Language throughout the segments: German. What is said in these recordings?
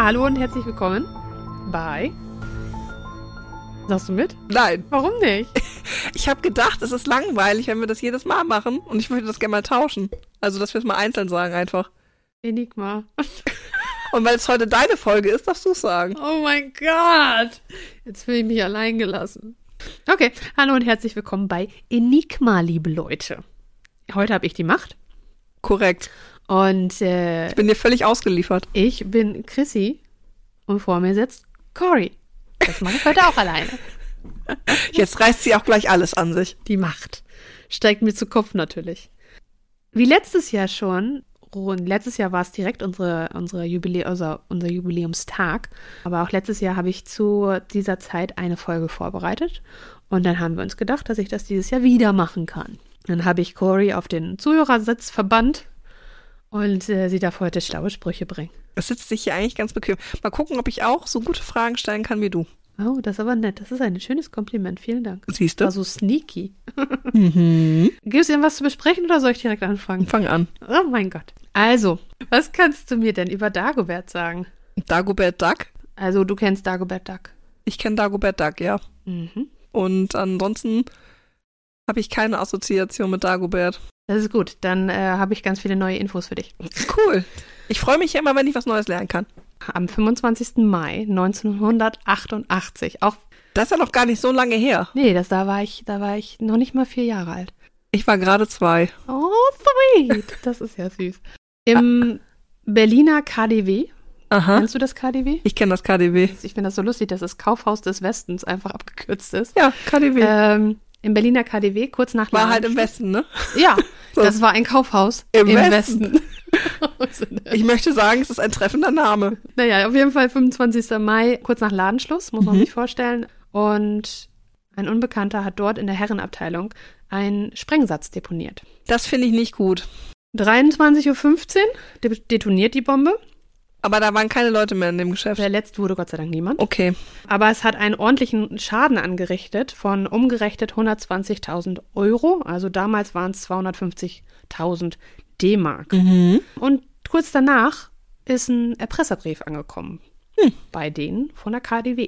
Hallo und herzlich willkommen bei... Sagst du mit? Nein. Warum nicht? Ich habe gedacht, es ist langweilig, wenn wir das jedes Mal machen und ich würde das gerne mal tauschen. Also, dass wir es mal einzeln sagen einfach. Enigma. Und weil es heute deine Folge ist, darfst du es sagen. Oh mein Gott. Jetzt fühle ich mich allein gelassen. Okay, hallo und herzlich willkommen bei Enigma, liebe Leute. Heute habe ich die Macht. Korrekt. Und ich bin dir völlig ausgeliefert. ich bin Chrissy und vor mir sitzt Cory. Das mache ich heute auch alleine. Jetzt reißt sie auch gleich alles an sich. Die Macht steigt mir zu Kopf natürlich. Wie letztes Jahr schon, und letztes Jahr war es direkt unser Jubiläumstag, aber auch letztes Jahr habe ich zu dieser Zeit eine Folge vorbereitet und dann haben wir uns gedacht, dass ich das dieses Jahr wieder machen kann. Dann habe ich Cory auf den Zuhörersitz verbannt und sie darf heute schlaue Sprüche bringen. Es sitzt sich hier eigentlich ganz bequem. Mal gucken, ob ich auch so gute Fragen stellen kann wie du. Oh, das ist aber nett. Das ist ein schönes Kompliment. Vielen Dank. Siehst du? War so sneaky. Mhm. Gibt es irgendwas zu besprechen oder soll ich direkt anfangen? Fang an. Oh mein Gott. Also, was kannst du mir denn über Dagobert sagen? Dagobert Duck? Also, du kennst Dagobert Duck. Ich kenne Dagobert Duck, ja. Mhm. Und ansonsten habe ich keine Assoziation mit Dagobert. Das ist gut. Dann habe ich ganz viele neue Infos für dich. Cool. Ich freue mich ja immer, wenn ich was Neues lernen kann. Am 25. Mai 1988. Auch, Das ist ja noch gar nicht so lange her. nee, da war ich noch nicht mal 4 Jahre alt. Ich war gerade 2. Oh, sweet. Das ist ja süß. Im Berliner KaDeWe. Aha. Kennst du das KaDeWe? Ich kenne das KaDeWe. Ich finde das so lustig, dass das Kaufhaus des Westens einfach abgekürzt ist. Ja, KaDeWe. Im Berliner KaDeWe, kurz nach War halt im Ladenschluss. Westen, ne? Ja, So. das war ein Kaufhaus Im im Westen. Westen. Ich möchte sagen, es ist ein treffender Name. Naja, auf jeden Fall 25. Mai, kurz nach Ladenschluss, muss man sich vorstellen. Und ein Unbekannter hat dort in der Herrenabteilung einen Sprengsatz deponiert. Das finde ich nicht gut. 23:15 Uhr detoniert die Bombe. Aber da waren keine Leute mehr in dem Geschäft. Verletzt wurde Gott sei Dank niemand. Okay. Aber es hat einen ordentlichen Schaden angerichtet von umgerechnet 120.000 Euro. Also damals waren es 250.000 D-Mark. Mhm. Und kurz danach ist ein Erpresserbrief angekommen bei denen von der KaDeWe.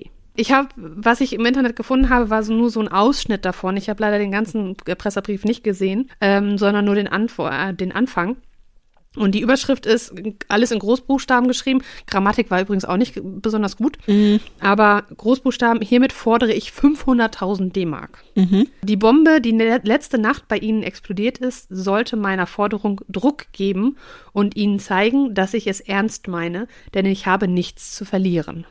Was ich im Internet gefunden habe, war nur so ein Ausschnitt davon. Ich habe leider den ganzen Erpresserbrief nicht gesehen, sondern nur den Anfang. Und die Überschrift ist alles in Großbuchstaben geschrieben. Grammatik war übrigens auch nicht besonders gut. Mhm. Aber Großbuchstaben, hiermit fordere ich 500.000 D-Mark. Mhm. Die Bombe, die letzte Nacht bei Ihnen explodiert ist, sollte meiner Forderung Druck geben und Ihnen zeigen, dass ich es ernst meine, denn ich habe nichts zu verlieren.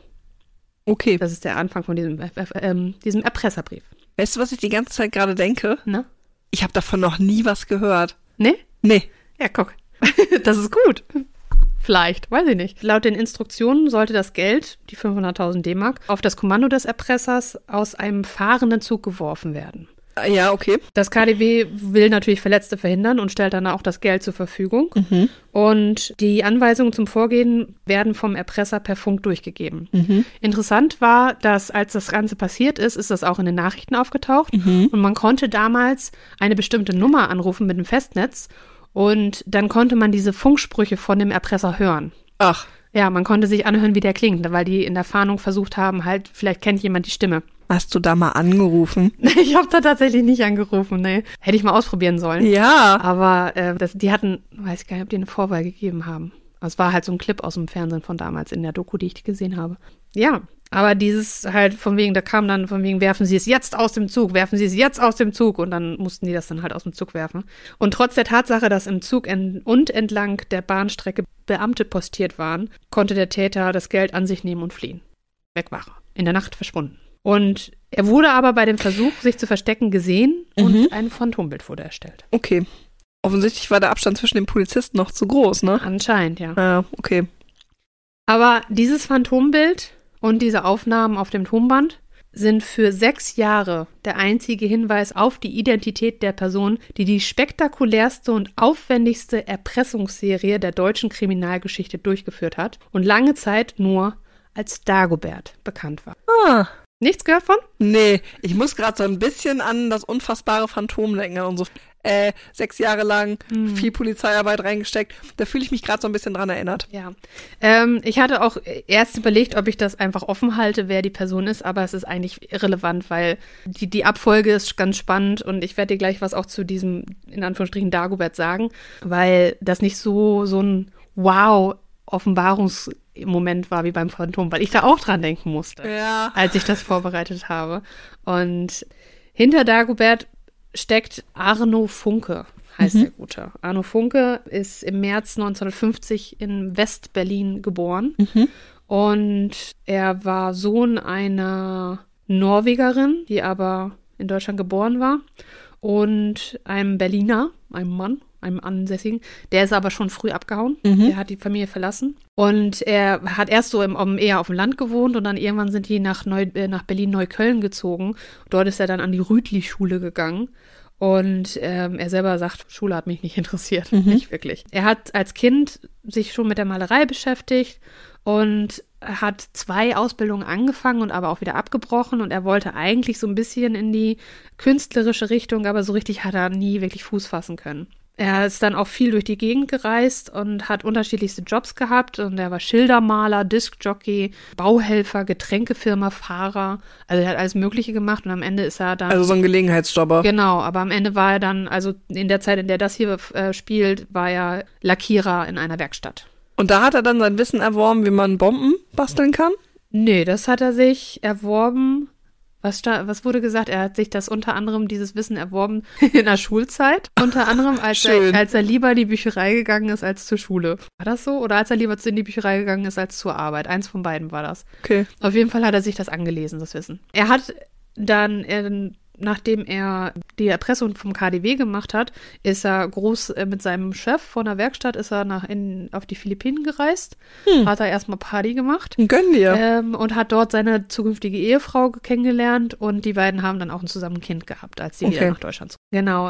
Okay. Das ist der Anfang von diesem Erpresserbrief. Weißt du, was ich die ganze Zeit gerade denke? Ne? Ich habe davon noch nie was gehört. Ne? Nee. Ja, guck. Das ist gut. Vielleicht, weiß ich nicht. Laut den Instruktionen sollte das Geld, die 500.000 D-Mark, auf das Kommando des Erpressers aus einem fahrenden Zug geworfen werden. Ja, okay. Das KaDeWe will natürlich Verletzte verhindern und stellt dann auch das Geld zur Verfügung. Mhm. Und die Anweisungen zum Vorgehen werden vom Erpresser per Funk durchgegeben. Mhm. Interessant war, dass als das Ganze passiert ist das auch in den Nachrichten aufgetaucht. Mhm. Und man konnte damals eine bestimmte Nummer anrufen mit dem Festnetz. Und dann konnte man diese Funksprüche von dem Erpresser hören. Ach. Ja, man konnte sich anhören, wie der klingt, weil die in der Fahndung versucht haben, halt, vielleicht kennt jemand die Stimme. Hast du da mal angerufen? Ich habe da tatsächlich nicht angerufen, nee. Hätte ich mal ausprobieren sollen. Ja. Aber die hatten, weiß ich gar nicht, ob die eine Vorwahl gegeben haben. Aber es war halt so ein Clip aus dem Fernsehen von damals in der Doku, die ich gesehen habe. Ja, aber dieses halt von wegen, da kam dann von wegen, werfen Sie es jetzt aus dem Zug, werfen Sie es jetzt aus dem Zug. Und dann mussten die das dann halt aus dem Zug werfen. Und trotz der Tatsache, dass im Zug und entlang der Bahnstrecke Beamte postiert waren, konnte der Täter das Geld an sich nehmen und fliehen. Weg war er. In der Nacht verschwunden. Und er wurde aber bei dem Versuch, sich zu verstecken, gesehen und ein Phantombild wurde erstellt. Okay. Offensichtlich war der Abstand zwischen den Polizisten noch zu groß, ne? Anscheinend, ja. Ja, okay. Aber dieses Phantombild und diese Aufnahmen auf dem Tonband sind für 6 Jahre der einzige Hinweis auf die Identität der Person, die die spektakulärste und aufwendigste Erpressungsserie der deutschen Kriminalgeschichte durchgeführt hat und lange Zeit nur als Dagobert bekannt war. Ah. Nichts gehört von? Nee, ich muss gerade so ein bisschen an das unfassbare Phantom denken und so. 6 Jahre lang viel Polizeiarbeit reingesteckt. Da fühle ich mich gerade so ein bisschen dran erinnert. Ja. Ich hatte auch erst überlegt, ob ich das einfach offen halte, wer die Person ist, aber es ist eigentlich irrelevant, weil die Abfolge ist ganz spannend und ich werde dir gleich was auch zu diesem, in Anführungsstrichen, Dagobert sagen, weil das nicht so ein Offenbarungsmoment war wie beim Phantom, weil ich da auch dran denken musste, als ich das vorbereitet habe. Und hinter Dagobert steckt Arno Funke, heißt der Gute. Arno Funke ist im März 1950 in West-Berlin geboren und er war Sohn einer Norwegerin, die aber in Deutschland geboren war, und einem Berliner, einem Mann, einem Ansässigen. Der ist aber schon früh abgehauen. Der hat die Familie verlassen. Und er hat erst so eher auf dem Land gewohnt und dann irgendwann sind die nach Berlin-Neukölln gezogen. Dort ist er dann an die Rütli-Schule gegangen. Und er selber sagt, Schule hat mich nicht interessiert. Nicht wirklich. Er hat als Kind sich schon mit der Malerei beschäftigt und hat 2 Ausbildungen angefangen und aber auch wieder abgebrochen. Und er wollte eigentlich so ein bisschen in die künstlerische Richtung, aber so richtig hat er nie wirklich Fuß fassen können. Er ist dann auch viel durch die Gegend gereist und hat unterschiedlichste Jobs gehabt. Und er war Schildermaler, Diskjockey, Bauhelfer, Getränkefirma, Fahrer. Also er hat alles Mögliche gemacht und am Ende ist er dann... Also so ein Gelegenheitsjobber. Genau, aber am Ende war er dann, also in der Zeit, in der das hier spielt, war er Lackierer in einer Werkstatt. Und da hat er dann sein Wissen erworben, wie man Bomben basteln kann? Nee, das hat er sich erworben... Was wurde gesagt? Er hat sich das unter anderem, dieses Wissen erworben in der Schulzeit. Unter anderem, als er lieber in die Bücherei gegangen ist als zur Schule. War das so? Oder als er lieber in die Bücherei gegangen ist als zur Arbeit? Eins von beiden war das. Okay. Auf jeden Fall hat er sich das angelesen, das Wissen. Er hat dann, nachdem er die Erpressung vom KaDeWe gemacht hat, ist er groß mit seinem Chef von der Werkstatt, ist er auf die Philippinen gereist. Hat er erstmal Party gemacht. Gönn dir. Und hat dort seine zukünftige Ehefrau kennengelernt und die beiden haben dann auch zusammen ein Kind gehabt, als sie wieder nach Deutschland zogen. Genau.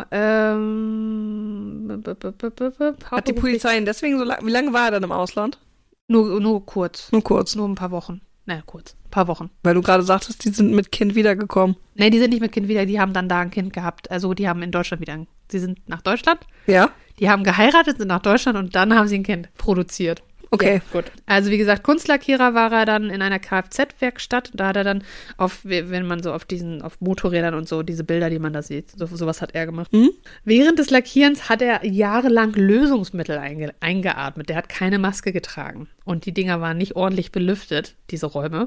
Hat die Polizei ihn deswegen so lange, wie lange war er dann im Ausland? Nur kurz. Nur kurz. Nur ein paar Wochen. Naja, kurz. Ein paar Wochen. Weil du gerade sagtest, die sind mit Kind wiedergekommen. Nee, die sind nicht mit Kind wieder, die haben dann da ein Kind gehabt. Also die haben in Deutschland wieder, sie sind nach Deutschland. Ja. Die haben geheiratet, sind nach Deutschland und dann haben sie ein Kind produziert. Okay. Ja, gut. Also wie gesagt, Kunstlackierer war er dann in einer Kfz-Werkstatt. Da hat er dann wenn man so auf Motorrädern und so, diese Bilder, die man da sieht, sowas hat er gemacht. Während des Lackierens hat er jahrelang Lösungsmittel eingeatmet. Der hat keine Maske getragen. Und die Dinger waren nicht ordentlich belüftet, diese Räume.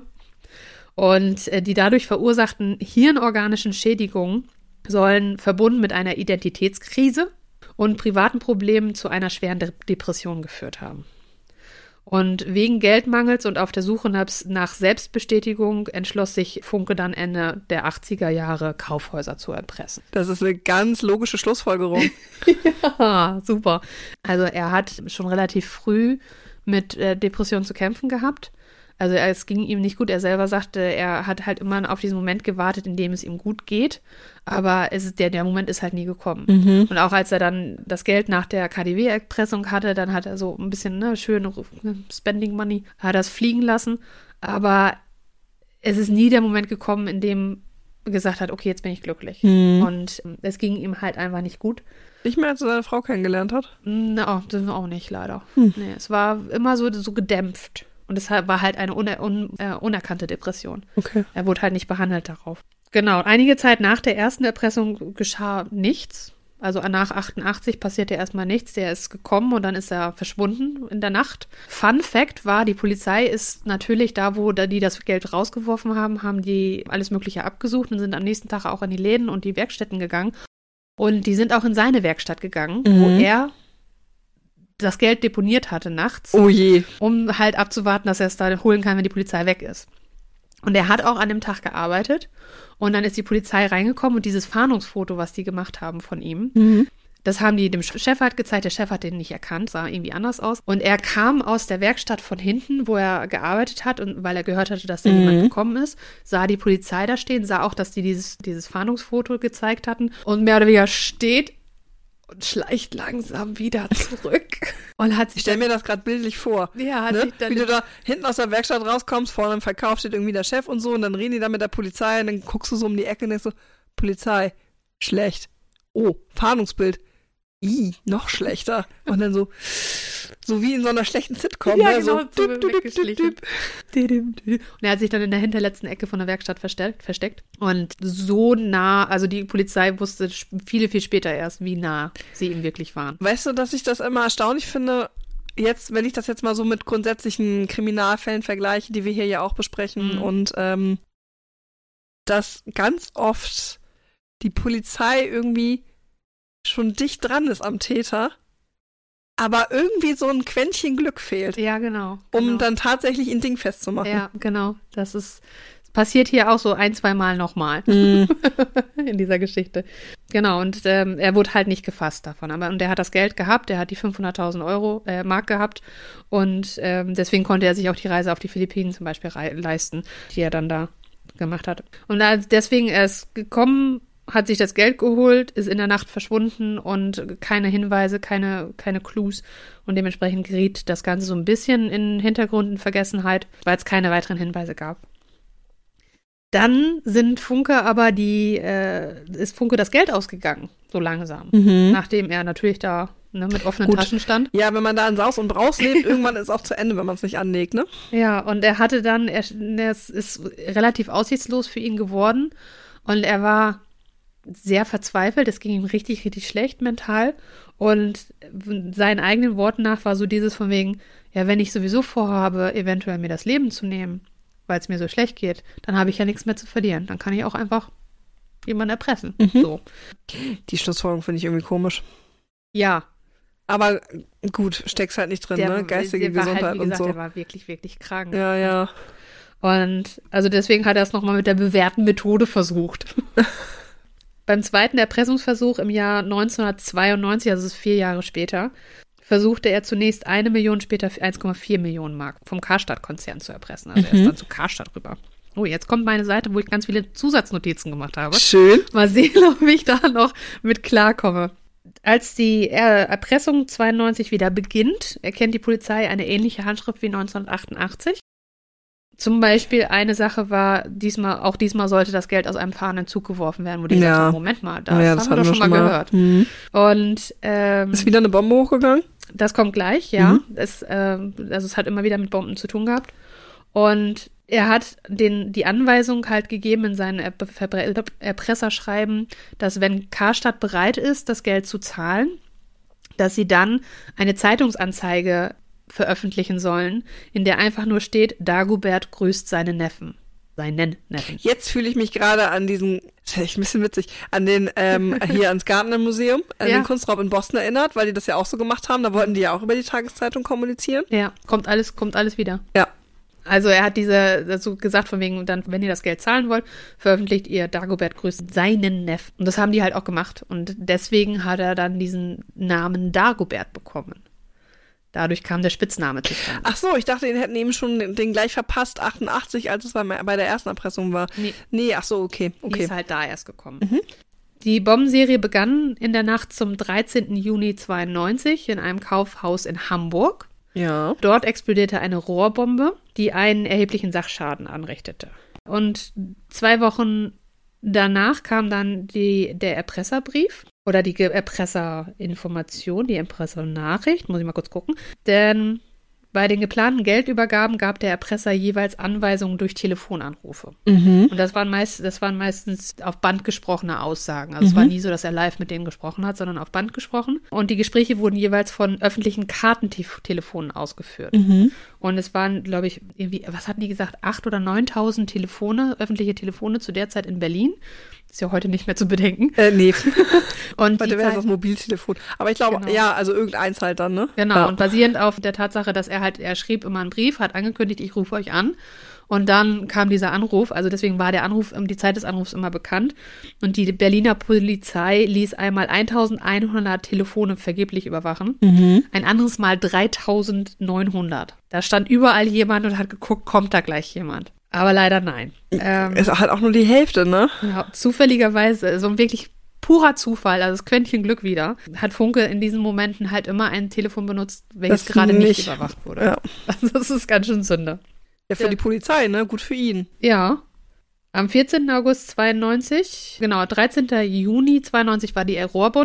Und die dadurch verursachten hirnorganischen Schädigungen sollen verbunden mit einer Identitätskrise und privaten Problemen zu einer schweren Depression geführt haben. Und wegen Geldmangels und auf der Suche nach Selbstbestätigung entschloss sich Funke dann Ende der 80er Jahre, Kaufhäuser zu erpressen. Das ist eine ganz logische Schlussfolgerung. Ja, super. Also er hat schon relativ früh mit Depressionen zu kämpfen gehabt. Also es ging ihm nicht gut. Er selber sagte, er hat halt immer auf diesen Moment gewartet, in dem es ihm gut geht. Aber der Moment ist halt nie gekommen. Und auch als er dann das Geld nach der KaDeWe-Erpressung hatte, dann hat er so ein bisschen schön Spending Money, hat er es fliegen lassen. Aber es ist nie der Moment gekommen, in dem er gesagt hat, okay, jetzt bin ich glücklich. Und es ging ihm halt einfach nicht gut. Nicht mehr, als er seine Frau kennengelernt hat? No, das auch nicht, leider. Nee, es war immer so gedämpft. Und es war halt eine unerkannte Depression. Okay. Er wurde halt nicht behandelt darauf. Genau, einige Zeit nach der ersten Erpressung geschah nichts. Also nach 88 passierte erstmal nichts. Der ist gekommen und dann ist er verschwunden in der Nacht. Fun Fact war, die Polizei ist natürlich da, wo die das Geld rausgeworfen haben die alles Mögliche abgesucht und sind am nächsten Tag auch in die Läden und die Werkstätten gegangen. Und die sind auch in seine Werkstatt gegangen, wo er das Geld deponiert hatte nachts, oh je, um halt abzuwarten, dass er es da holen kann, wenn die Polizei weg ist. Und er hat auch an dem Tag gearbeitet und dann ist die Polizei reingekommen und dieses Fahndungsfoto, was die gemacht haben von ihm, das haben die dem Chef halt gezeigt. Der Chef hat den nicht erkannt, sah irgendwie anders aus. Und er kam aus der Werkstatt von hinten, wo er gearbeitet hat und weil er gehört hatte, dass da jemand gekommen ist, sah die Polizei da stehen, sah auch, dass die dieses Fahndungsfoto gezeigt hatten und mehr oder weniger steht und schleicht langsam wieder zurück. Und hat sich ich stelle mir das gerade bildlich vor. Ja, hat sich dann wie du da hinten aus der Werkstatt rauskommst, vorne im Verkauf steht irgendwie der Chef und so und dann reden die da mit der Polizei und dann guckst du so um die Ecke und denkst so, Polizei, schlecht. oh, Fahndungsbild. Noch schlechter. Und dann so wie in so einer schlechten Sitcom. Ja, ne? genau, So, so weggeschlichen. Und er hat sich dann in der hinterletzten Ecke von der Werkstatt versteckt. Und so nah, also die Polizei wusste viel, viel später erst, wie nah sie ihm wirklich waren. Weißt du, dass ich das immer erstaunlich finde, jetzt, wenn ich das jetzt mal so mit grundsätzlichen Kriminalfällen vergleiche, die wir hier ja auch besprechen, und dass ganz oft die Polizei irgendwie schon dicht dran ist am Täter, aber irgendwie so ein Quäntchen Glück fehlt. Ja, genau. Um dann tatsächlich ein Ding festzumachen. Ja, genau. Das passiert hier auch so 1-2 Mal nochmal in dieser Geschichte. Genau, und er wurde halt nicht gefasst davon. Und er hat das Geld gehabt, er hat die 500.000 Mark gehabt und deswegen konnte er sich auch die Reise auf die Philippinen zum Beispiel leisten, die er dann da gemacht hat. Und deswegen er ist gekommen, hat sich das Geld geholt, ist in der Nacht verschwunden und keine Hinweise, keine Clues. Und dementsprechend geriet das Ganze so ein bisschen in Hintergrund, in Vergessenheit, weil es keine weiteren Hinweise gab. Dann ist Funke das Geld ausgegangen, so langsam. Nachdem er natürlich da mit offenen Taschen stand. Ja, wenn man da in Saus und Braus lebt, irgendwann ist es auch zu Ende, wenn man es nicht anlegt, ne? Ja, und es ist relativ aussichtslos für ihn geworden. Und er war sehr verzweifelt, es ging ihm richtig, richtig schlecht mental und seinen eigenen Worten nach war so dieses von wegen, ja, wenn ich sowieso vorhabe, eventuell mir das Leben zu nehmen, weil es mir so schlecht geht, dann habe ich ja nichts mehr zu verlieren. Dann kann ich auch einfach jemanden erpressen. So. Die Schlussfolgerung finde ich irgendwie komisch. Ja. Aber gut, steckst halt nicht drin, ne? Geistige Gesundheit halt, wie gesagt, und so. Der war wirklich, wirklich krank. Ja. Und also deswegen hat er es nochmal mit der bewährten Methode versucht. Beim zweiten Erpressungsversuch im Jahr 1992, also es ist 4 Jahre später, versuchte er zunächst 1 Million, später 1,4 Millionen Mark vom Karstadt-Konzern zu erpressen. Also er ist dann zu Karstadt rüber. Oh, jetzt kommt meine Seite, wo ich ganz viele Zusatznotizen gemacht habe. Schön. Mal sehen, ob ich da noch mit klarkomme. Als die Erpressung 92 wieder beginnt, erkennt die Polizei eine ähnliche Handschrift wie 1988. Zum Beispiel eine Sache war, diesmal sollte das Geld aus einem fahrenden Zug geworfen werden, wo die gesagt haben, Moment mal, das haben wir doch schon mal gehört. Und ist wieder eine Bombe hochgegangen? Das kommt gleich, ja. Es hat immer wieder mit Bomben zu tun gehabt. Und er hat die Anweisung halt gegeben in seinem Erpresserschreiben, dass wenn Karstadt bereit ist, das Geld zu zahlen, dass sie dann eine Zeitungsanzeige veröffentlichen sollen, in der einfach nur steht, Dagobert grüßt seinen Neffen. Jetzt fühle ich mich gerade an diesen, das ist echt ein bisschen witzig, an den, hier ans Gardner Museum, an den Kunstraub in Boston erinnert, weil die das ja auch so gemacht haben. Da wollten die ja auch über die Tageszeitung kommunizieren. Ja, kommt alles wieder. Ja. Also er hat dazu gesagt, von wegen, dann, wenn ihr das Geld zahlen wollt, veröffentlicht ihr Dagobert grüßt seinen Neffen. Und das haben die halt auch gemacht. Und deswegen hat er dann diesen Namen Dagobert bekommen. Dadurch kam der Spitzname zustande. Ach so, ich dachte, die hätten eben schon den gleich verpasst, 88, als es bei der ersten Erpressung war. Nee, ach so, okay. Die ist halt da erst gekommen. Die Bombenserie begann in der Nacht zum 13. Juni 92 in einem Kaufhaus in Hamburg. Ja. Dort explodierte eine Rohrbombe, die einen erheblichen Sachschaden anrichtete. Und 2 Wochen danach kam dann der Erpresserbrief. Oder die Erpresserinformation, die Erpressernachricht, muss ich mal kurz gucken. Denn bei den geplanten Geldübergaben gab der Erpresser jeweils Anweisungen durch Telefonanrufe. Und das waren meistens auf Band gesprochene Aussagen. Also es war nie so, dass er live mit denen gesprochen hat, sondern auf Band gesprochen. Und die Gespräche wurden jeweils von öffentlichen Kartentelefonen ausgeführt. Und es waren, glaube ich, irgendwie, was hatten die gesagt, 8.000 oder 9.000 öffentliche Telefone zu der Zeit in Berlin. Ist ja heute nicht mehr zu bedenken. Nee. Und heute wäre es das Mobiltelefon. Aber ich glaube, ja, also irgendeins halt dann, ne? Genau, ja. Und basierend auf der Tatsache, dass er schrieb immer einen Brief, hat angekündigt, ich rufe euch an. Und dann kam dieser Anruf, also deswegen war der Anruf, die Zeit des Anrufs immer bekannt. Und die Berliner Polizei ließ einmal 1.100 Telefone vergeblich überwachen. Ein anderes Mal 3.900. Da stand überall jemand und hat geguckt, kommt da gleich jemand. Aber leider nein. Ist halt auch nur die Hälfte, ne? Ja, zufälligerweise, so ein wirklich purer Zufall, also das Quäntchen Glück wieder, hat Funke in diesen Momenten halt immer ein Telefon benutzt, welches gerade nicht überwacht wurde. Ja. Also das ist ganz schön Sünde. Ja, für die Polizei, ne? Gut für ihn. Ja. Am 14. August 92, genau, 13. Juni 92 war die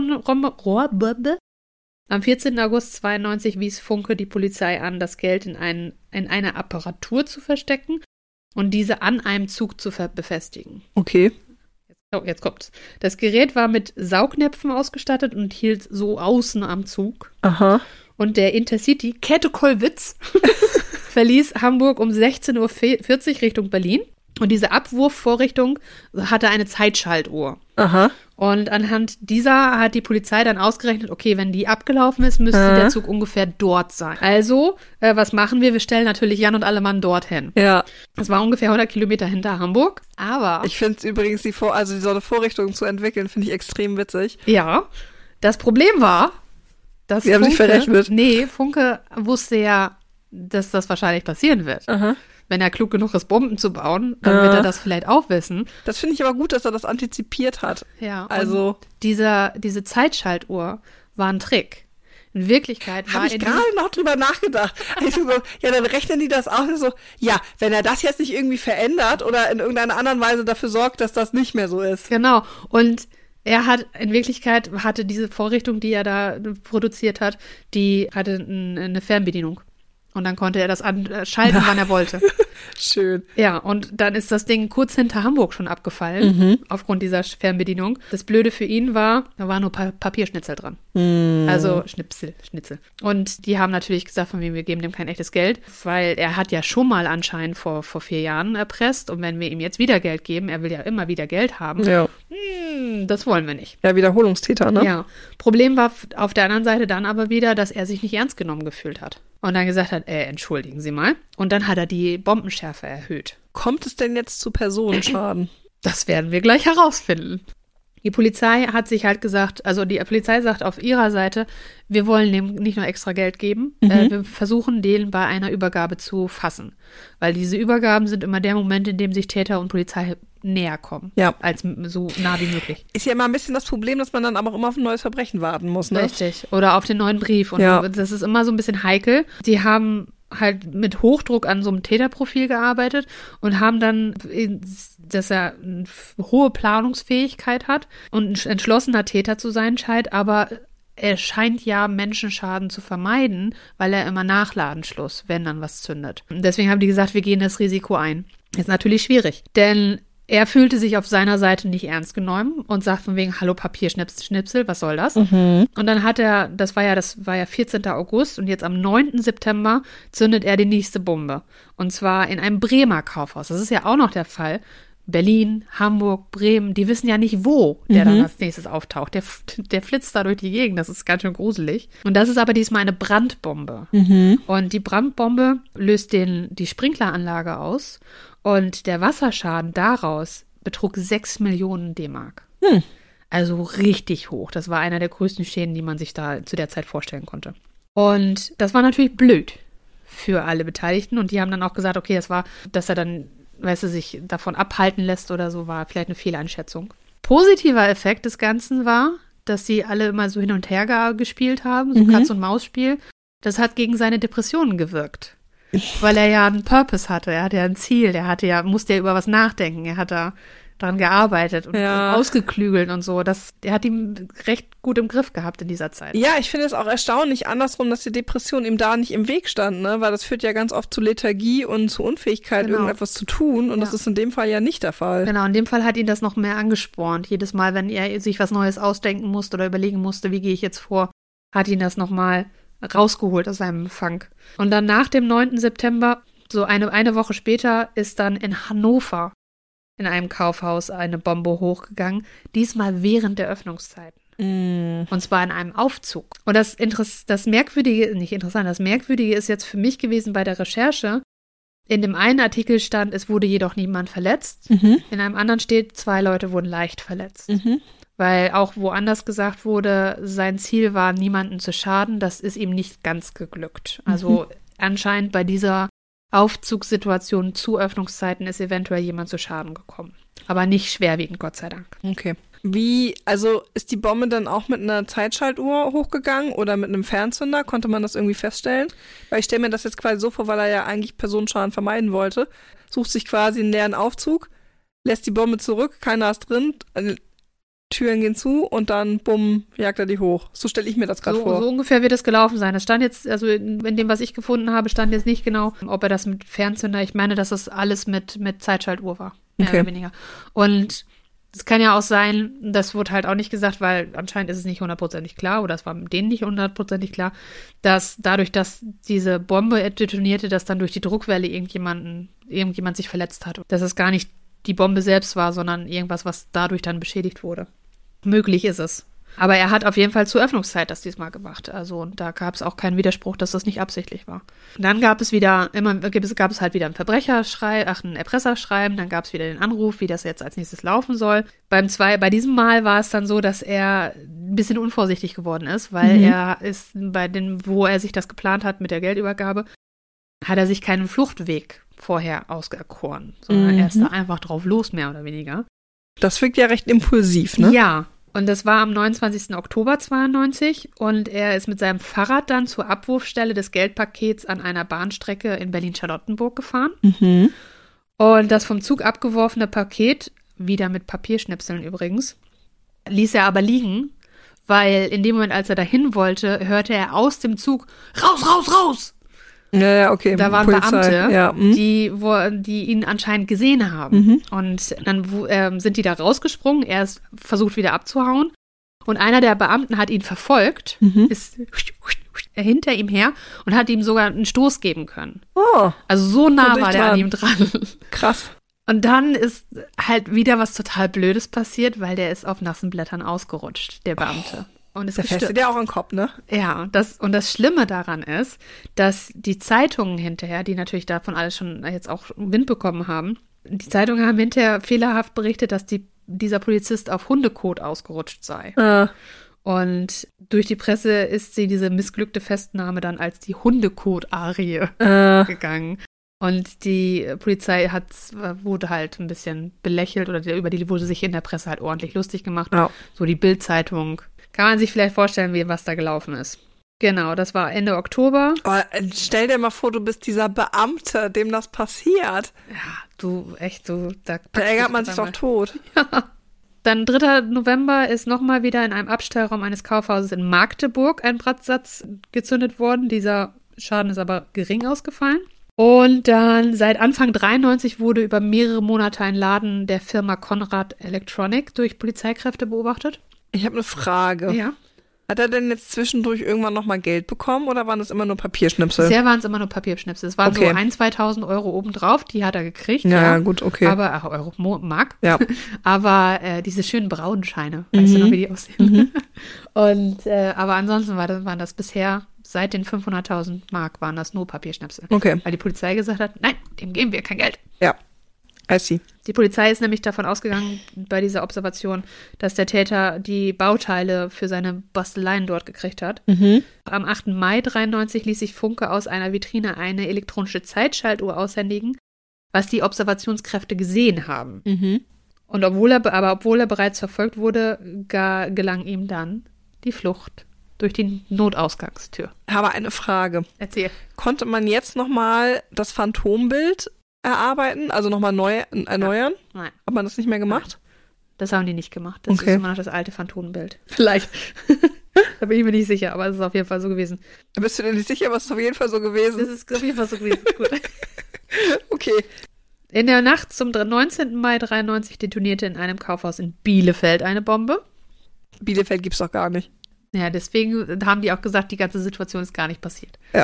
Rohrbombe. Am 14. August 92 wies Funke die Polizei an, das Geld in einer Apparatur zu verstecken und diese an einem Zug zu befestigen. Okay. Jetzt kommt's. Das Gerät war mit Saugnäpfen ausgestattet und hielt so außen am Zug. Aha. Und der Intercity Käthe-Kollwitz verließ Hamburg um 16:40 Uhr Richtung Berlin. Und diese Abwurfvorrichtung hatte eine Zeitschaltuhr. Aha. Und anhand dieser hat die Polizei dann ausgerechnet, okay, wenn die abgelaufen ist, müsste der Zug ungefähr dort sein. Also, was machen wir? Wir stellen natürlich Jan und alle Mann dorthin. Ja. Das war ungefähr 100 Kilometer hinter Hamburg, aber... Ich finde es übrigens, so eine Vorrichtung zu entwickeln, finde ich extrem witzig. Ja, das Problem war, dass Sie haben sich verrechnet. Nee, Funke wusste ja, dass das wahrscheinlich passieren wird. Aha. Wenn er klug genug ist, Bomben zu bauen, dann wird er das vielleicht auch wissen. Das finde ich aber gut, dass er das antizipiert hat. Ja, also diese Zeitschaltuhr war ein Trick. In Wirklichkeit war habe ich gerade noch drüber nachgedacht. Also so, ja, dann rechnen die das auch so. Ja, wenn er das jetzt nicht irgendwie verändert oder in irgendeiner anderen Weise dafür sorgt, dass das nicht mehr so ist. Genau. Und in Wirklichkeit hatte diese Vorrichtung, die er da produziert hat, die hatte eine Fernbedienung. Und dann konnte er das anschalten, wann er wollte. Schön. Ja, und dann ist das Ding kurz hinter Hamburg schon abgefallen, aufgrund dieser Fernbedienung. Das Blöde für ihn da war nur Papierschnitzel dran. Also Schnitzel. Und die haben natürlich gesagt, von wem wir geben dem kein echtes Geld, weil er hat ja schon mal anscheinend vor 4 Jahren erpresst. Und wenn wir ihm jetzt wieder Geld geben, er will ja immer wieder Geld haben, das wollen wir nicht. Ja, Wiederholungstäter, ne? Ja. Problem war auf der anderen Seite dann aber wieder, dass er sich nicht ernst genommen gefühlt hat. Und dann gesagt hat, entschuldigen Sie mal. Und dann hat er die Bombenschärfe erhöht. Kommt es denn jetzt zu Personenschaden? Das werden wir gleich herausfinden. Die Polizei hat sich halt gesagt, also die Polizei sagt auf ihrer Seite, wir wollen dem nicht nur extra Geld geben, wir versuchen den bei einer Übergabe zu fassen. Weil diese Übergaben sind immer der Moment, in dem sich Täter und Polizei näher kommen. Ja. Als so nah wie möglich. Ist ja immer ein bisschen das Problem, dass man dann aber auch immer auf ein neues Verbrechen warten muss, ne? Richtig. Oder auf den neuen Brief. Und das ist immer so ein bisschen heikel. Die haben halt mit Hochdruck an so einem Täterprofil gearbeitet und haben dann, dass er eine hohe Planungsfähigkeit hat und ein entschlossener Täter zu sein scheint, aber er scheint ja Menschenschaden zu vermeiden, weil er immer nachladen schluss, wenn dann was zündet. Und deswegen haben die gesagt, wir gehen das Risiko ein. Ist natürlich schwierig, denn er fühlte sich auf seiner Seite nicht ernst genommen und sagt von wegen, hallo Papierschnipsel, was soll das? Und dann hat er, das war ja 14. August und jetzt am 9. September zündet er die nächste Bombe. Und zwar in einem Bremer Kaufhaus. Das ist ja auch noch der Fall. Berlin, Hamburg, Bremen, die wissen ja nicht, wo der dann als nächstes auftaucht. Der flitzt da durch die Gegend, das ist ganz schön gruselig. Und das ist aber diesmal eine Brandbombe. Und die Brandbombe löst die Sprinkleranlage aus. Und der Wasserschaden daraus betrug 6 Millionen D-Mark. Also richtig hoch. Das war einer der größten Schäden, die man sich da zu der Zeit vorstellen konnte. Und das war natürlich blöd für alle Beteiligten. Und die haben dann auch gesagt, okay, das war, dass er dann, sich davon abhalten lässt oder so, war vielleicht eine Fehleinschätzung. Positiver Effekt des Ganzen war, dass sie alle immer so hin und her gespielt haben, so Katz-und-Maus-Spiel. Das hat gegen seine Depressionen gewirkt. Weil er ja einen Purpose hatte, er hatte ja ein Ziel, musste ja über was nachdenken, er hat da dran gearbeitet und ausgeklügelt und so. Er hat ihn recht gut im Griff gehabt in dieser Zeit. Ja, ich finde es auch erstaunlich andersrum, dass die Depression ihm da nicht im Weg stand, ne? Weil das führt ja ganz oft zu Lethargie und zu Unfähigkeit, irgendetwas zu tun. Und das ist in dem Fall ja nicht der Fall. Genau, in dem Fall hat ihn das noch mehr angespornt. Jedes Mal, wenn er sich was Neues ausdenken musste oder überlegen musste, wie gehe ich jetzt vor, hat ihn das nochmal rausgeholt aus seinem Funk. Und dann nach dem 9. September, so eine Woche später, ist dann in Hannover in einem Kaufhaus eine Bombe hochgegangen, diesmal während der Öffnungszeiten. Und zwar in einem Aufzug. Und das Merkwürdige ist jetzt für mich gewesen bei der Recherche, in dem einen Artikel stand, es wurde jedoch niemand verletzt. In einem anderen steht, 2 Leute wurden leicht verletzt. Weil auch woanders gesagt wurde, sein Ziel war, niemanden zu schaden. Das ist ihm nicht ganz geglückt. Also anscheinend bei dieser Aufzugssituation zu Öffnungszeiten ist eventuell jemand zu Schaden gekommen. Aber nicht schwerwiegend, Gott sei Dank. Okay. Ist die Bombe dann auch mit einer Zeitschaltuhr hochgegangen oder mit einem Fernzünder? Konnte man das irgendwie feststellen? Weil ich stelle mir das jetzt quasi so vor, weil er ja eigentlich Personenschaden vermeiden wollte. Sucht sich quasi einen leeren Aufzug, lässt die Bombe zurück, keiner ist drin, Türen gehen zu und dann, bumm, jagt er die hoch. So stelle ich mir das gerade vor. So ungefähr wird es gelaufen sein. Das stand jetzt, also in dem, was ich gefunden habe, stand jetzt nicht genau, ob er das mit Fernzünder, ich meine, dass das alles mit Zeitschaltuhr war. Mehr oder weniger. Und es kann ja auch sein, das wurde halt auch nicht gesagt, weil anscheinend ist es nicht hundertprozentig klar, oder es war denen nicht hundertprozentig klar, dass dadurch, dass diese Bombe detonierte, dass dann durch die Druckwelle irgendjemand sich verletzt hat. Dass es gar nicht die Bombe selbst war, sondern irgendwas, was dadurch dann beschädigt wurde. Möglich ist es. Aber er hat auf jeden Fall zur Öffnungszeit das diesmal gemacht. Also, und da gab es auch keinen Widerspruch, dass das nicht absichtlich war. Dann gab es halt wieder ein Erpresserschreiben, dann gab es wieder den Anruf, wie das jetzt als nächstes laufen soll. Bei diesem Mal war es dann so, dass er ein bisschen unvorsichtig geworden ist, weil er ist wo er sich das geplant hat mit der Geldübergabe, hat er sich keinen Fluchtweg vorher auserkoren, sondern er ist da einfach drauf los, mehr oder weniger. Das wirkt ja recht impulsiv, ne? Ja, und das war am 29. Oktober 92 und er ist mit seinem Fahrrad dann zur Abwurfstelle des Geldpakets an einer Bahnstrecke in Berlin-Charlottenburg gefahren. Und das vom Zug abgeworfene Paket, wieder mit Papierschnipseln übrigens, ließ er aber liegen, weil in dem Moment, als er dahin wollte, hörte er aus dem Zug, raus, raus, raus! Ja, okay. Da waren Polizei. Beamte, die ihn anscheinend gesehen haben. Und dann sind die da rausgesprungen. Er ist versucht wieder abzuhauen. Und einer der Beamten hat ihn verfolgt, ist hinter ihm her und hat ihm sogar einen Stoß geben können. Oh. Also so nah war der an ihm dran. Krass. Und dann ist halt wieder was total Blödes passiert, weil der ist auf nassen Blättern ausgerutscht, der Beamte. Und es fesselt ja auch im Kopf, ne? Ja, das Schlimme daran ist, dass die Zeitungen hinterher, die natürlich davon alles schon jetzt auch Wind bekommen haben, die Zeitungen haben hinterher fehlerhaft berichtet, dass dieser Polizist auf Hundekot ausgerutscht sei. Und durch die Presse ist diese missglückte Festnahme dann als die Hundekot-Arie gegangen. Und die Polizei wurde halt ein bisschen belächelt oder wurde sich in der Presse halt ordentlich lustig gemacht. Ja. So die Bild-Zeitung. Kann man sich vielleicht vorstellen, was da gelaufen ist. Genau, das war Ende Oktober. Aber stell dir mal vor, du bist dieser Beamte, dem das passiert. Ja, da ärgert man sich doch tot. Ja. Dann 3. November ist nochmal wieder in einem Abstellraum eines Kaufhauses in Magdeburg ein Brandsatz gezündet worden. Dieser Schaden ist aber gering ausgefallen. Und dann seit Anfang 93 wurde über mehrere Monate ein Laden der Firma Conrad Electronic durch Polizeikräfte beobachtet. Ich habe eine Frage. Ja. Hat er denn jetzt zwischendurch irgendwann nochmal Geld bekommen oder waren das immer nur Papierschnipsel? Bisher waren es immer nur Papierschnipsel. Es waren so 2.000 Euro obendrauf, die hat er gekriegt. Ja, gut, okay. Aber, Euro, Mark. Ja. Aber diese schönen braunen Scheine, weißt du noch, wie die aussehen? Und, aber ansonsten waren das bisher, seit den 500.000 Mark waren das nur Papierschnipsel. Okay. Weil die Polizei gesagt hat, nein, dem geben wir kein Geld. Ja. I see. Die Polizei ist nämlich davon ausgegangen, bei dieser Observation, dass der Täter die Bauteile für seine Basteleien dort gekriegt hat. Am 8. Mai 93 ließ sich Funke aus einer Vitrine eine elektronische Zeitschaltuhr aushändigen, was die Observationskräfte gesehen haben. Und obwohl er bereits verfolgt wurde, gelang ihm dann die Flucht durch die Notausgangstür. Ich habe eine Frage. Erzähl. Konnte man jetzt nochmal das Phantombild erarbeiten, also nochmal neu erneuern? Nein. Hat man das nicht mehr gemacht? Nein. Das haben die nicht gemacht. Das ist immer noch das alte Phantombild. Vielleicht. Da bin ich mir nicht sicher, aber es ist auf jeden Fall so gewesen. Bist du dir nicht sicher, aber es ist auf jeden Fall so gewesen? Das ist auf jeden Fall so gewesen. Gut. Okay. In der Nacht zum 19. Mai 93 detonierte in einem Kaufhaus in Bielefeld eine Bombe. Bielefeld gibt's doch gar nicht. Ja, deswegen haben die auch gesagt, die ganze Situation ist gar nicht passiert. Ja.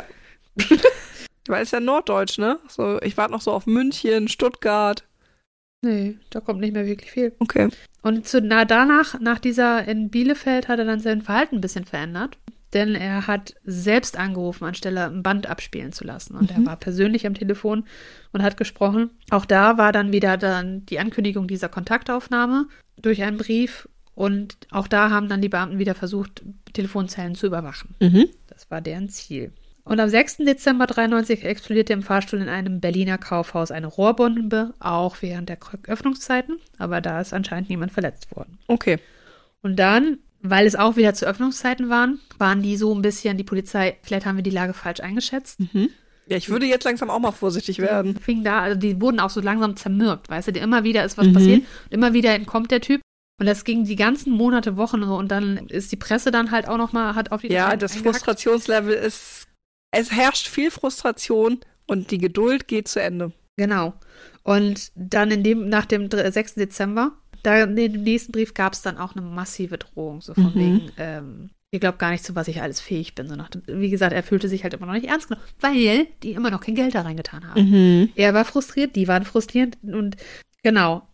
Weil es ja norddeutsch, ne? So, ich warte noch so auf München, Stuttgart. Nee, da kommt nicht mehr wirklich viel. Okay. Und nach dieser in Bielefeld hat er dann sein Verhalten ein bisschen verändert. Denn er hat selbst angerufen, anstelle ein Band abspielen zu lassen. Und er war persönlich am Telefon und hat gesprochen. Auch da war dann wieder die Ankündigung dieser Kontaktaufnahme durch einen Brief. Und auch da haben dann die Beamten wieder versucht, Telefonzellen zu überwachen. Das war deren Ziel. Und am 6. Dezember 93 explodierte im Fahrstuhl in einem Berliner Kaufhaus eine Rohrbombe, auch während der Öffnungszeiten. Aber da ist anscheinend niemand verletzt worden. Okay. Und dann, weil es auch wieder zu Öffnungszeiten waren die so ein bisschen, die Polizei, vielleicht haben wir die Lage falsch eingeschätzt. Ja, ich würde jetzt langsam auch mal vorsichtig werden. Also die wurden auch so langsam zermürbt, weißt du, immer wieder ist was passiert und immer wieder entkommt der Typ. Und das ging die ganzen Monate, Wochen so und dann ist die Presse dann halt auch nochmal, hat auf die Ja, das Frustrationslevel es herrscht viel Frustration und die Geduld geht zu Ende. Genau. Und dann nach dem 6. Dezember, da in dem nächsten Brief gab es dann auch eine massive Drohung, so von wegen, ihr glaubt gar nicht, zu was ich alles fähig bin. So wie gesagt, er fühlte sich halt immer noch nicht ernst genommen, weil die immer noch kein Geld da reingetan haben. Er war frustriert, die waren frustriert und genau.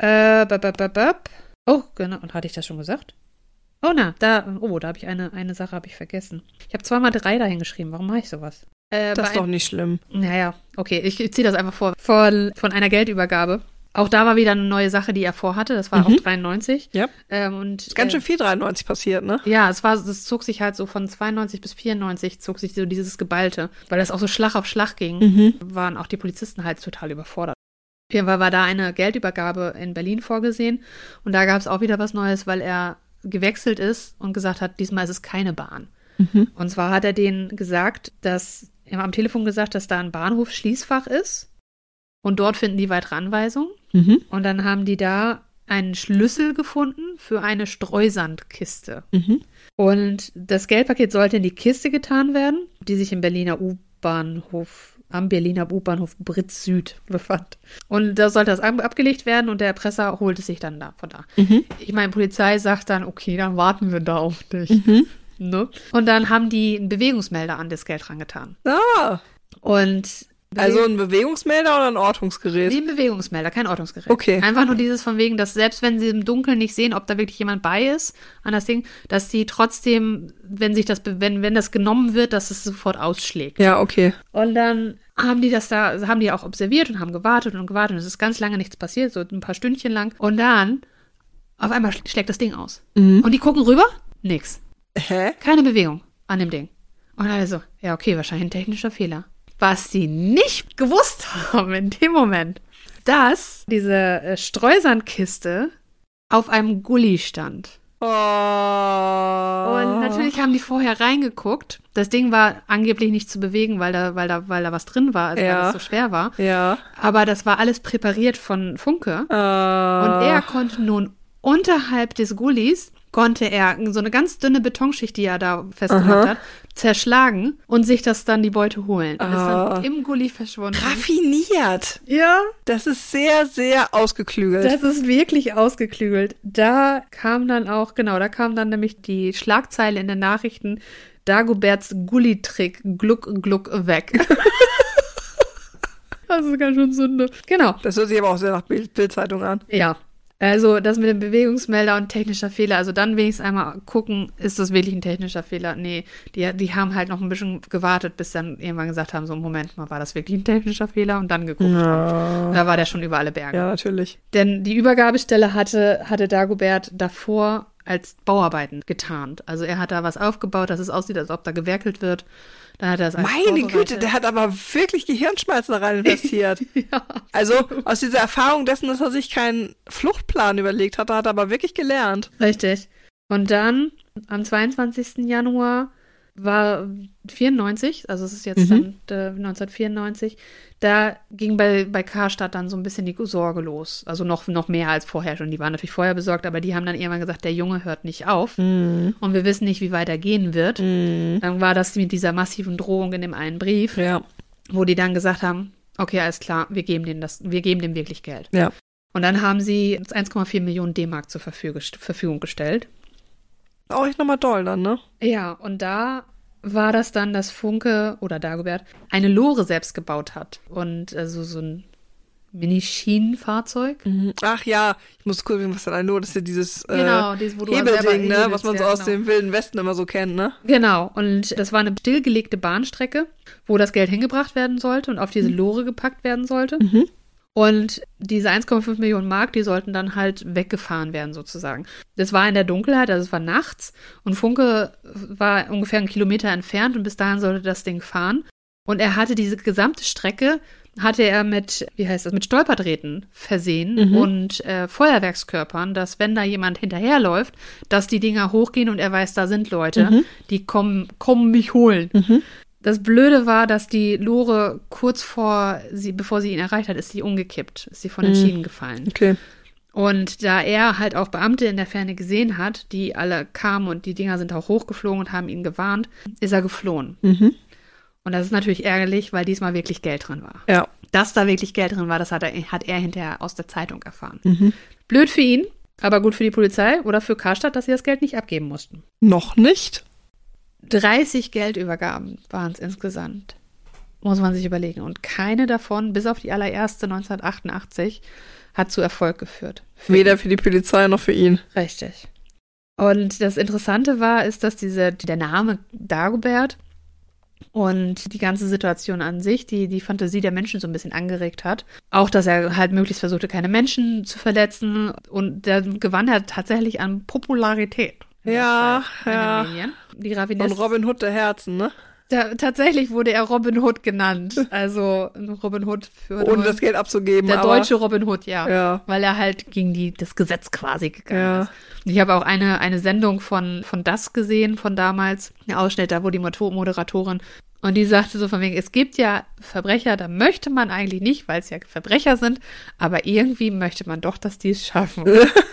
Oh, genau. Und hatte ich das schon gesagt? Oh, da habe ich eine Sache habe ich vergessen. Ich habe 2x3 dahin geschrieben. Warum mache ich sowas? Das ist doch nicht schlimm. Naja, okay. Ich ziehe das einfach vor. Von einer Geldübergabe. Auch da war wieder eine neue Sache, die er vorhatte. Das war auch 93. Ja. Und ist ganz schön viel 93 passiert, ne? Ja, das zog sich halt so von 92 bis 94 zog sich so dieses Geballte. Weil das auch so Schlag auf Schlag ging, waren auch die Polizisten halt total überfordert. Auf jeden Fall war da eine Geldübergabe in Berlin vorgesehen. Und da gab es auch wieder was Neues, weil er gewechselt ist und gesagt hat, diesmal ist es keine Bahn. Und zwar hat er denen gesagt, am Telefon gesagt, dass da ein Bahnhof-Schließfach ist. Und dort finden die weitere Anweisungen. Und dann haben die da einen Schlüssel gefunden für eine Streusandkiste. Und das Geldpaket sollte in die Kiste getan werden, die sich am Berliner U-Bahnhof Britz Süd befand. Und da sollte das abgelegt werden und der Erpresser holt es sich dann von da. Ich meine, Polizei sagt dann, okay, dann warten wir da auf dich. Ne? Und dann haben die einen Bewegungsmelder an das Geld rangetan. Ah. Und also ein Bewegungsmelder oder ein Ortungsgerät? Nee, ein Bewegungsmelder, kein Ortungsgerät. Okay. Einfach nur dieses von wegen, dass selbst wenn sie im Dunkeln nicht sehen, ob da wirklich jemand bei ist an das Ding, dass die trotzdem, wenn das genommen wird, dass es sofort ausschlägt. Ja, okay. Und dann haben die auch observiert und haben gewartet und es ist ganz lange nichts passiert, so ein paar Stündchen lang. Und dann auf einmal schlägt das Ding aus. Und die gucken rüber, nix. Hä? Keine Bewegung an dem Ding. Und alle so, ja okay, wahrscheinlich ein technischer Fehler. Was die nicht gewusst haben in dem Moment, dass diese Streusandkiste auf einem Gully stand. Oh. Und natürlich haben die vorher reingeguckt. Das Ding war angeblich nicht zu bewegen, weil da was drin war, weil es so schwer war. Ja. Aber das war alles präpariert von Funke. Und er konnte nun unterhalb des Gullys konnte er so eine ganz dünne Betonschicht, die er da festgemacht hat, zerschlagen und sich das dann die Beute holen. Und ist dann im Gully verschwunden. Raffiniert. Ja. Das ist sehr, sehr ausgeklügelt. Das ist wirklich ausgeklügelt. Da kam dann nämlich die Schlagzeile in den Nachrichten, Dagoberts Gully-Trick, Gluck, Gluck, weg. Das ist ganz schön Sünde. Genau. Das hört sich aber auch sehr nach Bild-Zeitung an. Ja. Also das mit dem Bewegungsmelder und technischer Fehler, also dann wenigstens einmal gucken, ist das wirklich ein technischer Fehler? Nee, die haben halt noch ein bisschen gewartet, bis dann irgendwann gesagt haben, so Moment mal, war das wirklich ein technischer Fehler? Und dann geguckt. Ja. Da war der schon über alle Berge. Ja, natürlich. Denn die Übergabestelle hatte Dagobert davor als Bauarbeiten getarnt. Also er hat da was aufgebaut, dass es aussieht, als ob da gewerkelt wird. Dann hat er das Meine Güte, der hat aber wirklich Gehirnschmalz da rein investiert. Ja. Also aus dieser Erfahrung dessen, dass er sich keinen Fluchtplan überlegt hat, hat er aber wirklich gelernt. Richtig. Und dann am 22. Januar war 94, also es ist jetzt dann 1994, da ging bei Karstadt dann so ein bisschen die Sorge los. Also noch mehr als vorher schon. Die waren natürlich vorher besorgt, aber die haben dann irgendwann gesagt, der Junge hört nicht auf. Und wir wissen nicht, wie weit er gehen wird. Dann war das mit dieser massiven Drohung in dem einen Brief, wo die dann gesagt haben, okay, alles klar, wir geben dem wirklich Geld. Ja. Und dann haben sie 1,4 Millionen D-Mark zur Verfügung gestellt. Auch echt nochmal doll dann, ne? Ja, und da war das dann, dass Funke oder Dagobert eine Lore selbst gebaut hat. Und also so ein Mini-Schienenfahrzeug. Ach ja, ich muss kurz was dann eine Lore, das ist ja dieses wo du Hebelding, ne? Was man so aus genau. dem Wilden Westen immer so kennt, ne? Genau, und das war eine stillgelegte Bahnstrecke, wo das Geld hingebracht werden sollte und auf diese Lore gepackt werden sollte. Und diese 1,5 Millionen Mark, die sollten dann halt weggefahren werden sozusagen. Das war in der Dunkelheit, also es war nachts und Funke war ungefähr 1 Kilometer entfernt und bis dahin sollte das Ding fahren. Und er hatte diese gesamte Strecke, mit Stolperdrähten versehen und Feuerwerkskörpern, dass wenn da jemand hinterherläuft, dass die Dinger hochgehen und er weiß, da sind Leute, die kommen mich holen. Das Blöde war, dass die Lore bevor sie ihn erreicht hat, ist sie umgekippt. Ist sie von den Schienen gefallen. Okay. Und da er halt auch Beamte in der Ferne gesehen hat, die alle kamen und die Dinger sind auch hochgeflogen und haben ihn gewarnt, ist er geflohen. Mhm. Und das ist natürlich ärgerlich, weil diesmal wirklich Geld drin war. Ja. Dass da wirklich Geld drin war, das hat er hinterher aus der Zeitung erfahren. Mhm. Blöd für ihn, aber gut für die Polizei oder für Karstadt, dass sie das Geld nicht abgeben mussten. Noch nicht? 30 Geldübergaben waren es insgesamt. Muss man sich überlegen. Und keine davon, bis auf die allererste 1988, hat zu Erfolg geführt. Weder für die Polizei noch für ihn. Richtig. Und das Interessante ist, dass der Name Dagobert und die ganze Situation an sich, die Fantasie der Menschen so ein bisschen angeregt hat. Auch, dass er halt möglichst versuchte, keine Menschen zu verletzen. Und da gewann er tatsächlich an Popularität. Ja. Die Und Robin Hood der Herzen, ne? Tatsächlich wurde er Robin Hood genannt. Also Robin Hood ohne das Geld abzugeben. Der deutsche Robin Hood, ja. Weil er halt gegen das Gesetz quasi gegangen ist. Und ich habe auch eine Sendung von Das gesehen, von damals. Ein Ausschnitt, da wo die Moderatorin und die sagte so von wegen, es gibt ja Verbrecher, da möchte man eigentlich nicht, weil es ja Verbrecher sind, aber irgendwie möchte man doch, dass die es schaffen.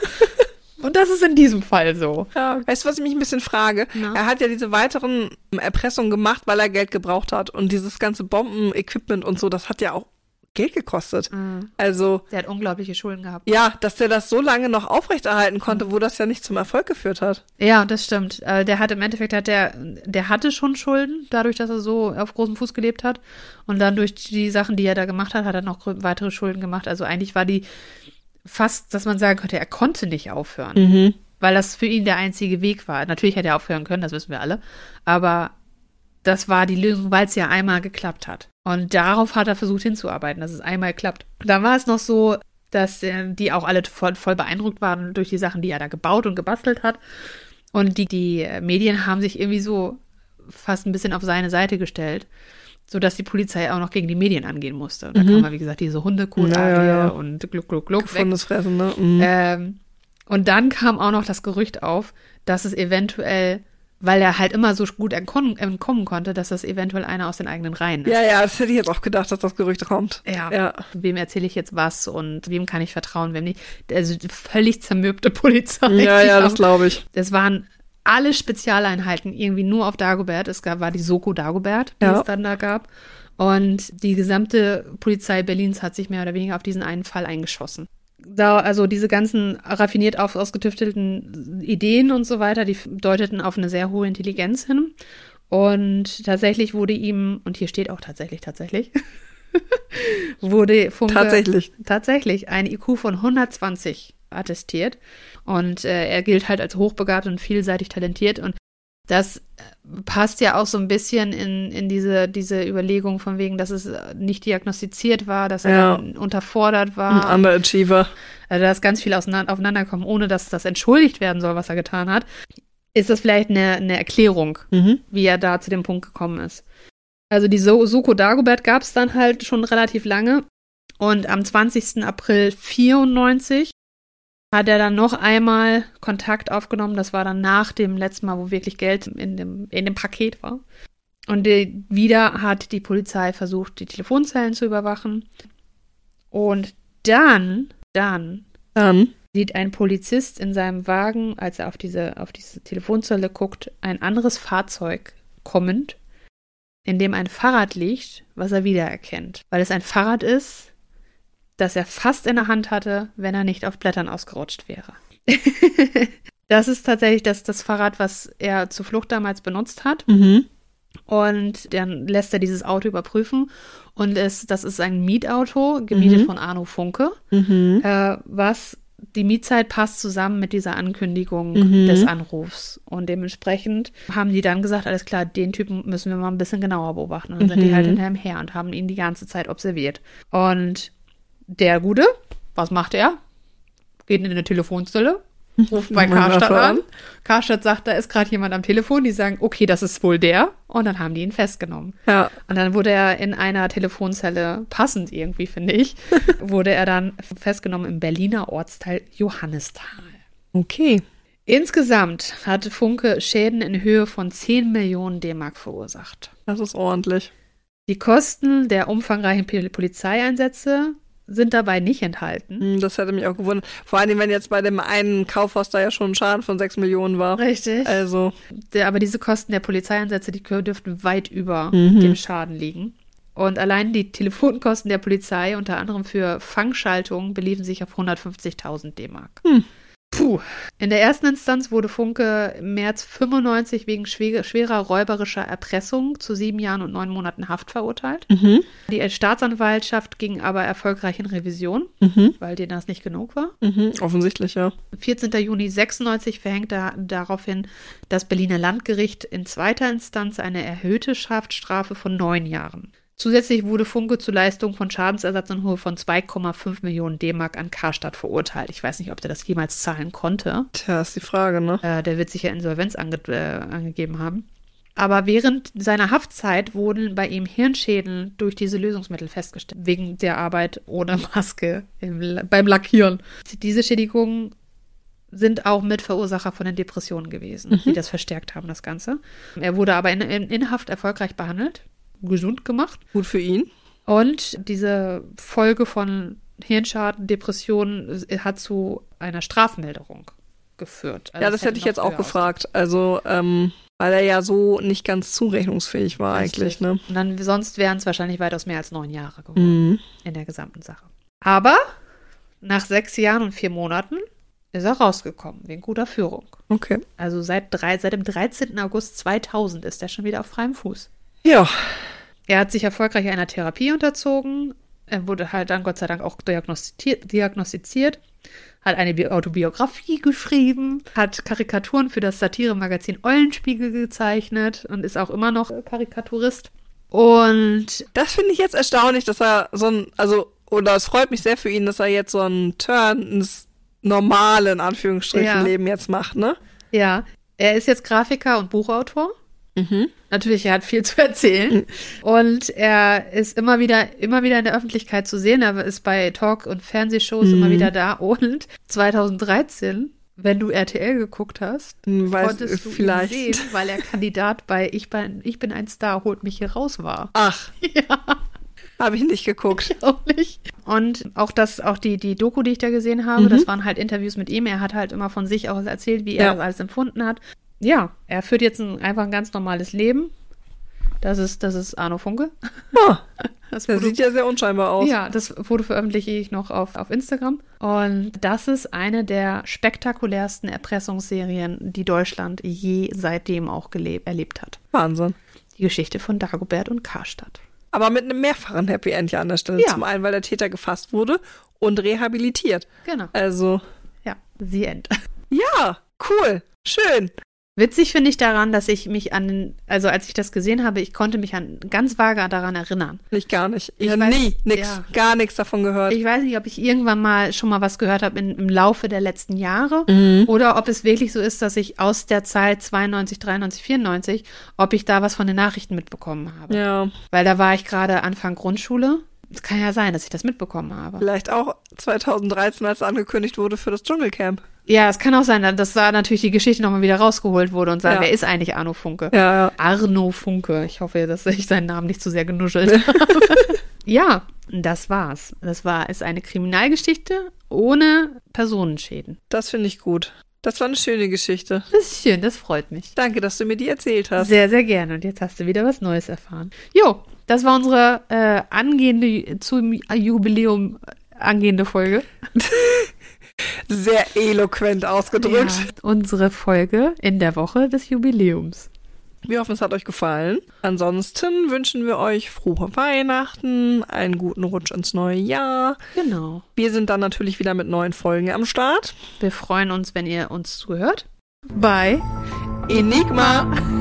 Und das ist in diesem Fall so. Ja. Weißt du, was ich mich ein bisschen frage? Ja. Er hat ja diese weiteren Erpressungen gemacht, weil er Geld gebraucht hat. Und dieses ganze Bombenequipment und so, das hat ja auch Geld gekostet. Mhm. Also. Der hat unglaubliche Schulden gehabt. Ja, dass der das so lange noch aufrechterhalten konnte, wo das ja nicht zum Erfolg geführt hat. Ja, das stimmt. Der hat im Endeffekt, der hatte schon Schulden, dadurch, dass er so auf großem Fuß gelebt hat. Und dann durch die Sachen, die er da gemacht hat, hat er noch weitere Schulden gemacht. Also eigentlich war die fast, dass man sagen könnte, er konnte nicht aufhören, weil das für ihn der einzige Weg war. Natürlich hätte er aufhören können, das wissen wir alle, aber das war die Lösung, weil es ja einmal geklappt hat. Und darauf hat er versucht hinzuarbeiten, dass es einmal klappt. Da war es noch so, dass die auch alle voll beeindruckt waren durch die Sachen, die er da gebaut und gebastelt hat. Und die Medien haben sich irgendwie so fast ein bisschen auf seine Seite gestellt, sodass die Polizei auch noch gegen die Medien angehen musste. Und da kam mal, wie gesagt, diese Hundekot-Arie und Gluck, Gluck, Gluck. Gefundenes Fressen, ne? Und dann kam auch noch das Gerücht auf, dass es eventuell, weil er halt immer so gut entkommen konnte, dass das eventuell einer aus den eigenen Reihen ist. Ja, das hätte ich jetzt auch gedacht, dass das Gerücht kommt. Ja. Wem erzähle ich jetzt was und wem kann ich vertrauen, wem nicht? Also völlig zermürbte Polizei. Ja, das glaube ich. Das waren alle Spezialeinheiten irgendwie nur auf Dagobert. War die Soko Dagobert, die es dann da gab. Und die gesamte Polizei Berlins hat sich mehr oder weniger auf diesen einen Fall eingeschossen. Also diese ganzen raffiniert ausgetüftelten Ideen und so weiter, die deuteten auf eine sehr hohe Intelligenz hin. Und tatsächlich wurde ihm, und hier steht auch tatsächlich, wurde tatsächlich ein IQ von 120 attestiert. Und er gilt halt als hochbegabt und vielseitig talentiert. Und das passt ja auch so ein bisschen in diese Überlegung von wegen, dass es nicht diagnostiziert war, dass er unterfordert war. Ein Underachiever. Also da ist ganz viel aufeinanderkommen, ohne dass das entschuldigt werden soll, was er getan hat. Ist das vielleicht eine Erklärung, wie er da zu dem Punkt gekommen ist. Also die Soko Dagobert gab es dann halt schon relativ lange. Und am 20. April 1994 hat er dann noch einmal Kontakt aufgenommen. Das war dann nach dem letzten Mal, wo wirklich Geld in dem Paket war. Und wieder hat die Polizei versucht, die Telefonzellen zu überwachen. Und dann sieht ein Polizist in seinem Wagen, als er auf diese Telefonzelle guckt, ein anderes Fahrzeug kommend, in dem ein Fahrrad liegt, was er wiedererkennt. Weil es ein Fahrrad ist, das er fast in der Hand hatte, wenn er nicht auf Blättern ausgerutscht wäre. Das ist tatsächlich das Fahrrad, was er zur Flucht damals benutzt hat. Und dann lässt er dieses Auto überprüfen. Und das ist ein Mietauto, gemietet von Arno Funke, was die Mietzeit passt zusammen mit dieser Ankündigung des Anrufs. Und dementsprechend haben die dann gesagt, alles klar, den Typen müssen wir mal ein bisschen genauer beobachten. Und dann sind die halt hinter ihm her und haben ihn die ganze Zeit observiert. Und der Gute, was macht er? Geht in eine Telefonzelle, ruft bei Karstadt an. Karstadt sagt, da ist gerade jemand am Telefon. Die sagen, okay, das ist wohl der. Und dann haben die ihn festgenommen. Ja. Und dann wurde er in einer Telefonzelle, passend irgendwie, finde ich, wurde er dann festgenommen im Berliner Ortsteil Johannisthal. Okay. Insgesamt hat Funke Schäden in Höhe von 10 Millionen D-Mark verursacht. Das ist ordentlich. Die Kosten der umfangreichen Polizeieinsätze sind dabei nicht enthalten. Das hätte mich auch gewundert. Vor allem, wenn jetzt bei dem einen Kaufhaus da ja schon ein Schaden von 6 Millionen war. Richtig. Also. Aber diese Kosten der Polizeieinsätze, die dürften weit über dem Schaden liegen. Und allein die Telefonkosten der Polizei, unter anderem für Fangschaltungen, beliefen sich auf 150.000 D-Mark. Puh. In der ersten Instanz wurde Funke im März 95 wegen schwerer räuberischer Erpressung zu 7 Jahren und 9 Monaten Haft verurteilt. Die Staatsanwaltschaft ging aber erfolgreich in Revision, weil denen das nicht genug war. Offensichtlich, ja. 14. Juni 96 verhängte daraufhin das Berliner Landgericht in zweiter Instanz eine erhöhte Haftstrafe von 9 Jahren. Zusätzlich wurde Funke zu Leistung von Schadensersatz in Höhe von 2,5 Millionen D-Mark an Karstadt verurteilt. Ich weiß nicht, ob der das jemals zahlen konnte. Tja, ist die Frage, ne? Der wird sicher Insolvenz angegeben haben. Aber während seiner Haftzeit wurden bei ihm Hirnschäden durch diese Lösungsmittel festgestellt, wegen der Arbeit ohne Maske beim Lackieren. Diese Schädigungen sind auch Mitverursacher von den Depressionen gewesen, die das verstärkt haben, das Ganze. Er wurde aber in Haft erfolgreich behandelt. Gesund gemacht. Gut für ihn. Und diese Folge von Hirnschaden, Depressionen hat zu einer Strafmilderung geführt. Also ja, das hätte ich jetzt auch gefragt. Also, weil er ja so nicht ganz zurechnungsfähig war eigentlich, ne? Und dann, sonst wären es wahrscheinlich weitaus mehr als 9 Jahre geworden in der gesamten Sache. Aber nach 6 Jahren und 4 Monaten ist er rausgekommen, wegen guter Führung. Okay. Also seit dem 13. August 2000 ist er schon wieder auf freiem Fuß. Ja. Er hat sich erfolgreich einer Therapie unterzogen. Er wurde halt dann Gott sei Dank auch diagnostiziert, hat eine Autobiografie geschrieben, hat Karikaturen für das Satiremagazin Eulenspiegel gezeichnet und ist auch immer noch Karikaturist. Und das finde ich jetzt erstaunlich, dass er es freut mich sehr für ihn, dass er jetzt so einen Turn ins normale, in Anführungsstrichen, Leben jetzt macht, ne? Ja, er ist jetzt Grafiker und Buchautor. Natürlich, er hat viel zu erzählen. Und er ist immer wieder in der Öffentlichkeit zu sehen. Er ist bei Talk- und Fernsehshows immer wieder da. Und 2013, wenn du RTL geguckt hast, konntest du ihn sehen, weil er Kandidat bei Ich bin ein Star, holt mich hier raus war. Ach. Ja. Habe ich nicht geguckt. Ich auch nicht. Und auch die Doku, die ich da gesehen habe, das waren halt Interviews mit ihm. Er hat halt immer von sich aus erzählt, wie er das alles empfunden hat. Ja, er führt jetzt einfach ein ganz normales Leben. Das ist Arno Funke. Oh, das sieht ja sehr unscheinbar aus. Ja, das Foto veröffentliche ich noch auf Instagram. Und das ist eine der spektakulärsten Erpressungsserien, die Deutschland je seitdem auch erlebt hat. Wahnsinn. Die Geschichte von Dagobert und Karstadt. Aber mit einem mehrfachen Happy End ja an der Stelle. Ja. Zum einen, weil der Täter gefasst wurde und rehabilitiert. Genau. Also. Ja, the end. Ja, cool. Schön. Witzig finde ich daran, dass ich mich als ich das gesehen habe, ich konnte mich ganz vage daran erinnern. Ich gar nicht. Ich habe gar nichts davon gehört. Ich weiß nicht, ob ich irgendwann schon mal was gehört habe im Laufe der letzten Jahre oder ob es wirklich so ist, dass ich aus der Zeit 92, 93, 94, ob ich da was von den Nachrichten mitbekommen habe. Ja. Weil da war ich gerade Anfang Grundschule. Es kann ja sein, dass ich das mitbekommen habe. Vielleicht auch 2013, als angekündigt wurde für das Dschungelcamp. Ja, es kann auch sein, dass da natürlich die Geschichte nochmal wieder rausgeholt wurde und sagen, wer ist eigentlich Arno Funke? Ja. Arno Funke. Ich hoffe, dass ich seinen Namen nicht zu sehr genuschelt habe. Ja, das war's. Ist eine Kriminalgeschichte ohne Personenschäden. Das finde ich gut. Das war eine schöne Geschichte. Das ist schön, das freut mich. Danke, dass du mir die erzählt hast. Sehr, sehr gerne. Und jetzt hast du wieder was Neues erfahren. Jo, das war unsere zum Jubiläum angehende Folge. Sehr eloquent ausgedrückt. Ja, unsere Folge in der Woche des Jubiläums. Wir hoffen, es hat euch gefallen. Ansonsten wünschen wir euch frohe Weihnachten, einen guten Rutsch ins neue Jahr. Genau. Wir sind dann natürlich wieder mit neuen Folgen am Start. Wir freuen uns, wenn ihr uns zuhört. Bei Enigma.